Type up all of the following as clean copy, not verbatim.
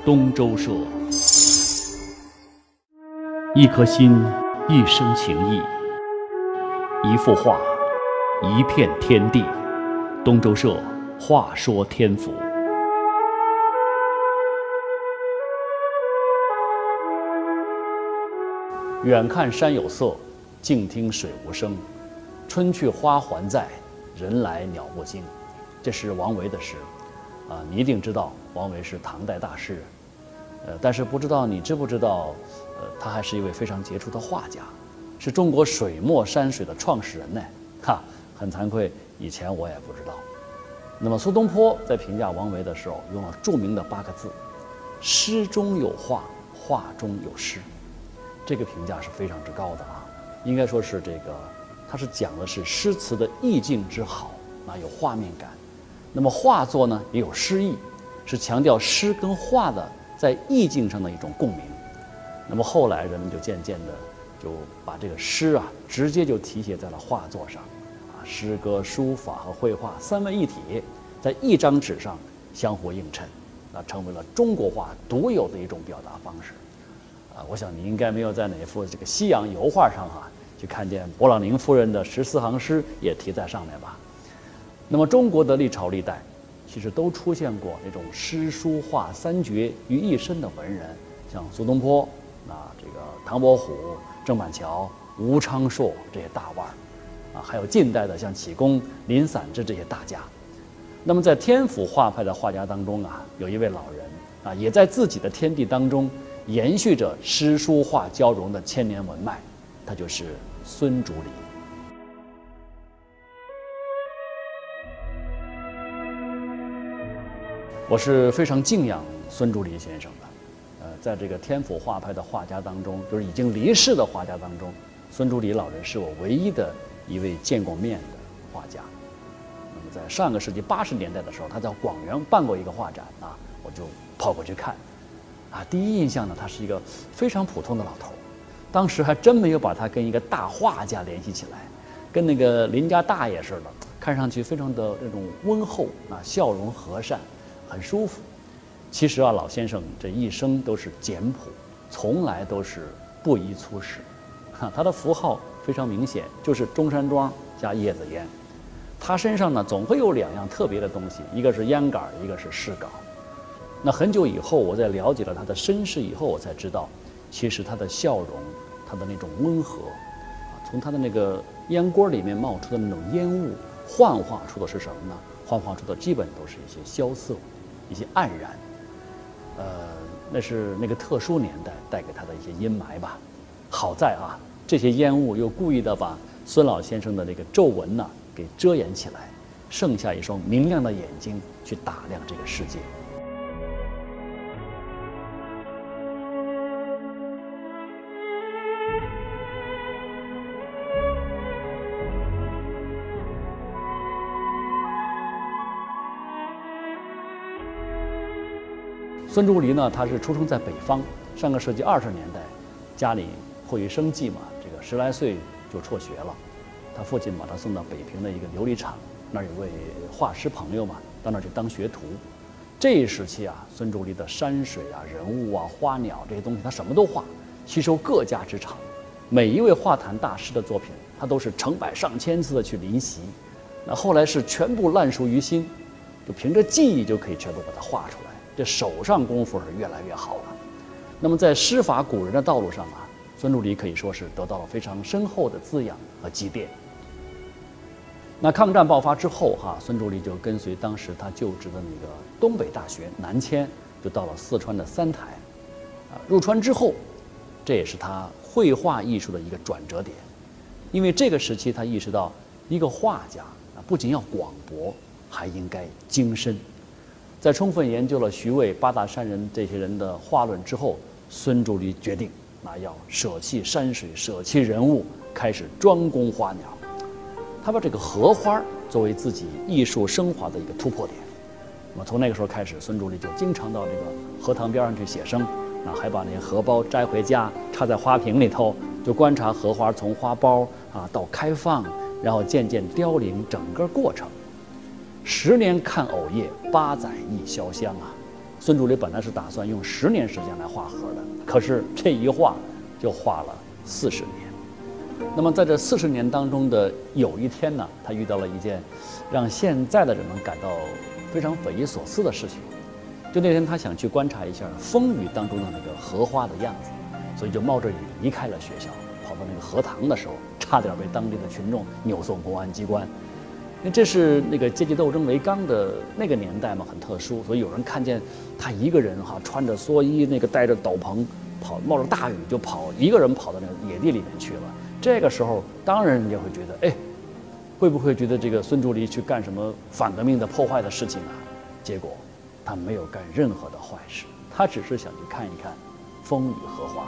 东周社。一颗心，一生情谊；一幅画，一片天地。东周社话说天府。远看山有色，近听水无声。春去花还在，人来鸟不惊。这是王维的诗，你一定知道王维是唐代大诗人，但是不知道你知不知道，他还是一位非常杰出的画家，是中国水墨山水的创始人呢。很惭愧，以前我也不知道。那么苏东坡在评价王维的时候，用了著名的8个字：诗中有画，画中有诗。这个评价是非常之高的啊，应该说是它是讲的是诗词的意境之好，有画面感。那么画作呢也有诗意，是强调诗跟画的在意境上的一种共鸣。那么后来人们就渐渐的就把这个诗直接就题写在了画作上，诗歌、书法和绘画3位一体，在一张纸上相互映衬，成为了中国画独有的一种表达方式。我想你应该没有在哪幅这个西洋油画上去看见勃朗宁夫人的14行诗也题在上面吧？那么中国的历朝历代，其实都出现过那种诗书画3绝于一身的文人，像苏东坡，这个唐伯虎、郑板桥、吴昌硕这些大腕还有近代的像启功、林散之这些大家。那么在天府画派的画家当中有一位老人也在自己的天地当中延续着诗书画交融的千年文脉，他就是孙竹离。我是非常敬仰孙竹离先生的，在这个天府画派的画家当中，就是已经离世的画家当中，孙竹离老人是我唯一的一位见过面的画家。那么在上个世纪80年代的时候，他在广元办过一个画展我就跑过去看。第一印象呢，他是一个非常普通的老头，当时还真没有把他跟一个大画家联系起来，跟那个邻家大爷似的，看上去非常的这种温厚笑容和善，很舒服。其实老先生这一生都是简朴，从来都是不宜粗使。他的符号非常明显，就是中山装加叶子烟。他身上呢总会有2样特别的东西，一个是烟杆，一个是诗稿。那很久以后，我在了解了他的身世以后，我才知道，其实他的笑容，他的那种温和，从他的那个烟锅里面冒出的那种烟雾，幻化出的是什么呢？幻化出的基本都是一些萧瑟，一些黯然。那是那个特殊年代带给他的一些阴霾吧。好在这些烟雾又故意的把孙老先生的那个皱纹给遮掩起来，剩下一双明亮的眼睛去打量这个世界。孙竹离呢，他是出生在北方，上个世纪20年代，家里迫于生计嘛，这个10来岁就辍学了。他父亲把他送到北平的一个琉璃厂，那儿有位画师朋友嘛，到那儿去当学徒。这一时期孙竹离的山水人物花鸟这些东西，他什么都画，吸收各家之长。每一位画坛大师的作品，他都是成百上千次的去临习。那后来是全部烂熟于心，就凭着记忆就可以全部把它画出来。这手上功夫是越来越好了。那么在诗法古人的道路上孙竹离可以说是得到了非常深厚的滋养和积淀。那抗战爆发之后孙竹离就跟随当时他就职的那个东北大学南迁，就到了四川的三台。入川之后，这也是他绘画艺术的一个转折点。因为这个时期他意识到，一个画家不仅要广博，还应该精深。在充分研究了徐渭、八大山人这些人的画论之后，孙竹离决定要舍弃山水，舍弃人物，开始专攻花鸟。他把这个荷花作为自己艺术升华的一个突破点。那么从那个时候开始，孙竹离就经常到这个荷塘边上去写生，还把那些荷包摘回家，插在花瓶里头，就观察荷花从花苞到开放，然后渐渐凋零整个过程。10年看藕叶，8载忆潇湘孙朱理本来是打算用10年时间来画河的，可是这一画就画了40年。那么在这40年当中的有一天呢，他遇到了一件让现在的人们感到非常匪夷所思的事情。就那天他想去观察一下风雨当中的那个荷花的样子，所以就冒着雨离开了学校，跑到那个荷塘的时候，差点被当地的群众扭送公安机关。因为这是那个阶级斗争为纲的那个年代嘛，很特殊，所以有人看见他一个人穿着蓑衣，那个戴着斗篷跑，冒着大雨就跑，一个人跑到那个野地里面去了。这个时候，当然人家会觉得，哎，会不会觉得这个孙朱理去干什么反革命的破坏的事情啊？结果他没有干任何的坏事，他只是想去看一看风雨荷花。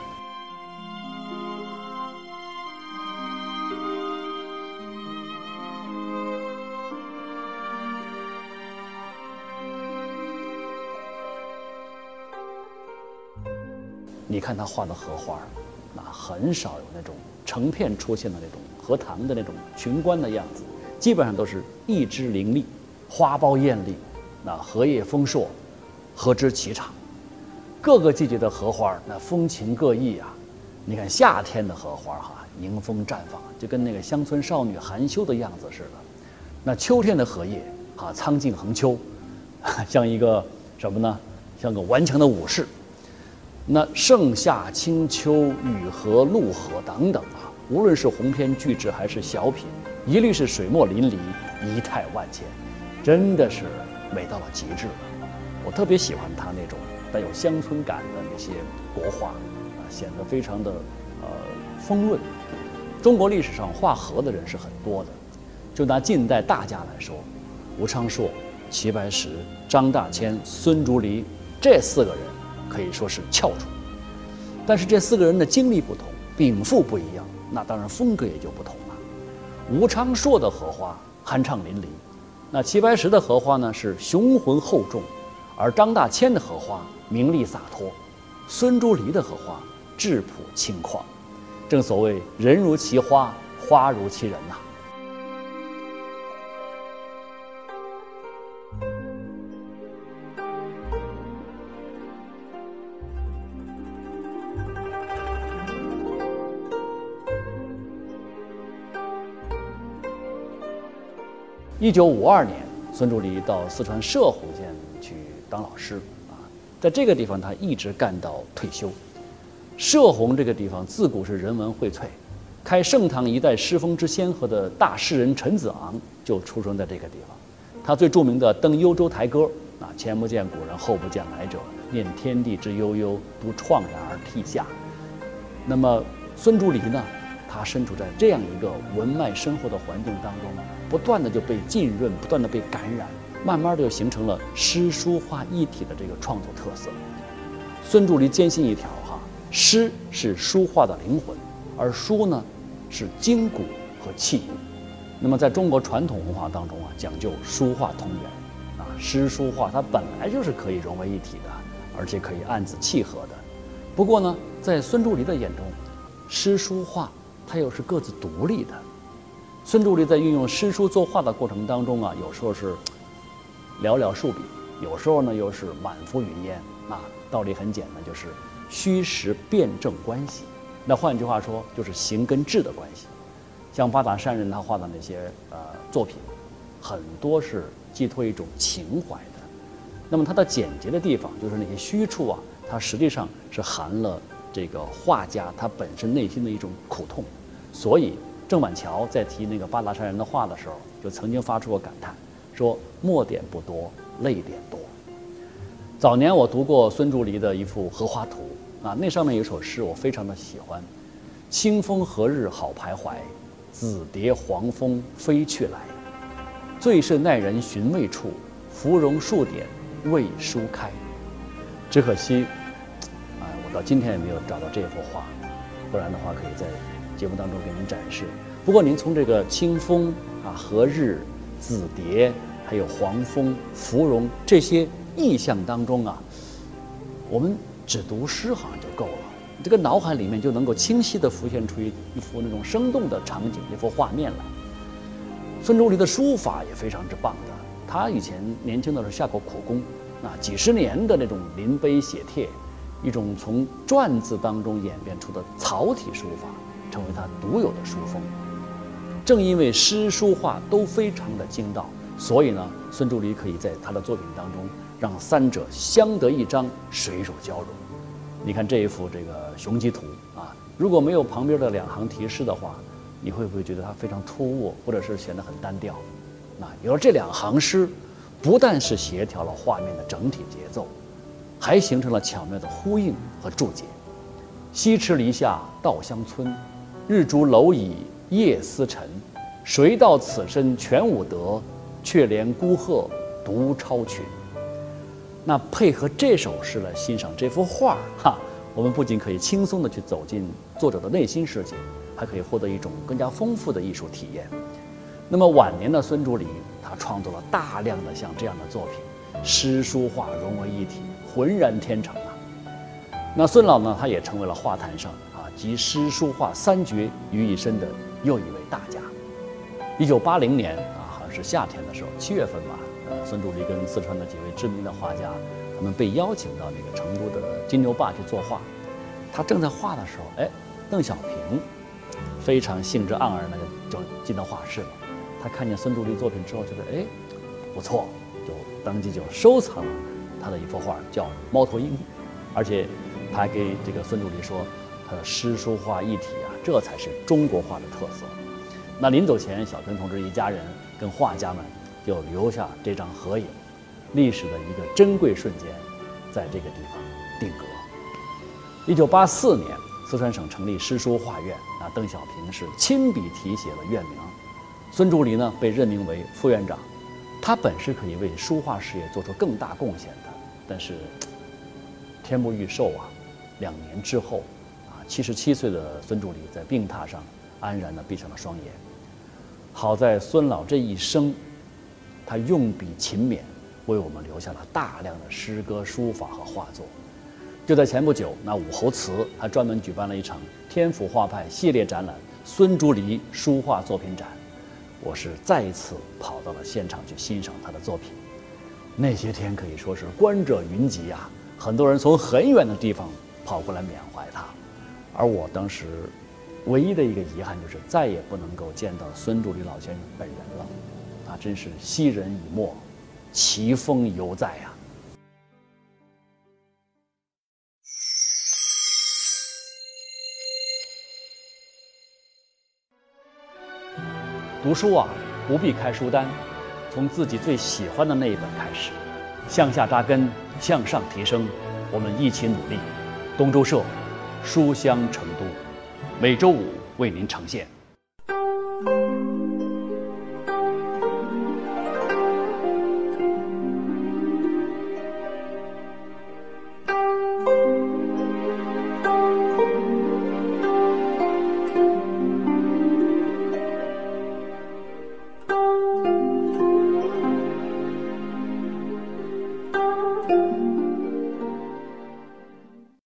你看他画的荷花，那很少有那种成片出现的那种荷塘的那种群观的样子，基本上都是一枝凌厉，花苞艳丽，那荷叶丰硕，荷枝齐长。各个季节的荷花那风情各异啊。你看夏天的荷花迎风绽放，就跟那个乡村少女含羞的样子似的。那秋天的荷叶苍劲横秋，像一个什么呢？像个顽强的武士。那盛夏清秋雨荷露荷等等无论是鸿篇巨制还是小品，一律是水墨淋漓，仪态万千，真的是美到了极致了。我特别喜欢他那种带有乡村感的那些国画显得非常的丰润。中国历史上画荷的人是很多的，就拿近代大家来说，吴昌硕、齐白石、张大千、孙朱离这4个人可以说是翘楚。但是这4个人的经历不同，禀赋不一样，那当然风格也就不同了。吴昌硕的荷花酣畅淋漓，那齐白石的荷花呢是雄浑厚重，而张大千的荷花明丽洒脱，孙朱离的荷花质朴轻旷。正所谓人如其花，花如其人呐。1952年，孙朱离到四川摄洪县去当老师在这个地方他一直干到退休。摄洪这个地方自古是人文荟萃，开盛唐一代诗风之先河的大诗人陈子昂就出生在这个地方。他最著名的《登幽州台歌》前不见古人，后不见来者，念天地之悠悠，独怆然而涕下。那么孙朱离呢，他身处在这样一个文脉深厚的环境当中，不断的就被浸润，不断的被感染，慢慢的就形成了诗书画一体的这个创作特色。孙朱离坚信一条诗是书画的灵魂，而书呢是筋骨和器物。那么在中国传统文化当中讲究书画同源诗书画它本来就是可以融为一体的，而且可以暗自契合的。不过呢，在孙朱离的眼中，诗书画它又是各自独立的。孙朱离在运用诗书作画的过程当中有时候是寥寥数笔，有时候呢又是满腹云烟道理很简单，就是虚实辩证关系。那换句话说，就是形跟质的关系。像八大山人他画的那些作品，很多是寄托一种情怀的。那么它的简洁的地方，就是那些虚处它实际上是含了这个画家他本身内心的一种苦痛。所以郑板桥在提那个八大山人的画的时候，就曾经发出过感叹，说墨点不多，泪点多。早年我读过孙朱离的一幅荷花图那上面有一首诗我非常的喜欢：清风何日好徘徊，紫蝶黄蜂飞去来。最是耐人寻味处，芙蓉数点未舒开。只可惜我到今天也没有找到这幅画，不然的话可以在节目当中给您展示。不过您从这个清风何日、紫蝶还有黄蜂、芙蓉这些意象当中我们只读诗好像就够了，这个脑海里面就能够清晰地浮现出一幅那种生动的场景，一幅画面来。孙朱离的书法也非常之棒的，他以前年轻的时候下过苦功， 几十年的那种临碑写帖，一种从篆字当中演变出的草体书法，成为他独有的书风。正因为诗书画都非常的精到，所以呢，孙竹离可以在他的作品当中让三者相得益彰，水乳交融。你看这一幅这个雄鸡图啊，如果没有旁边的2行题诗的话，你会不会觉得它非常突兀，或者是显得很单调？有了这2行诗，不但是协调了画面的整体节奏，还形成了巧妙的呼应和注解。西池篱下稻香村，日逐蝼蚁夜思沉。谁道此身全无德，却怜孤鹤独超群。那配合这首诗来欣赏这幅画我们不仅可以轻松地去走进作者的内心世界，还可以获得一种更加丰富的艺术体验。那么晚年的孙竹离，他创作了大量的像这样的作品，诗书画融为一体，浑然天成啊。那孙老呢，他也成为了画坛上集诗书画3绝于一身的又一位大家。1980年好像是夏天的时候，7月份吧，孙竹离跟四川的几位知名的画家，他们被邀请到那个成都的金牛坝去作画。他正在画的时候，邓小平非常兴致盎然的就进到画室了。他看见孙竹离作品之后，觉得不错，就当即就收藏了他的一幅画，叫《猫头鹰》，而且他还给这个孙竹离说，他的诗书画一体这才是中国画的特色。那临走前，小平同志一家人跟画家们就留下这张合影，历史的一个珍贵瞬间，在这个地方定格。1984年，四川省成立诗书画院，邓小平是亲笔题写了院名，孙竹离呢被任命为副院长。他本是可以为书画事业做出更大贡献的，但是天不欲寿2年之后77岁的孙竹离在病榻上安然地闭上了双眼。好在孙老这一生，他用笔勤勉，为我们留下了大量的诗歌、书法和画作。就在前不久，武侯祠还专门举办了一场天府画派系列展览——孙竹离书画作品展。我是再一次跑到了现场去欣赏他的作品。那些天可以说是观者云集很多人从很远的地方跑过来缅怀他。而我当时唯一的一个遗憾就是再也不能够见到孙竹离老先生本人了。他真是昔人已没，奇风犹在读书不必开书单，从自己最喜欢的那一本开始，向下扎根，向上提升，我们一起努力。东周社，书香成都，每周5为您呈现。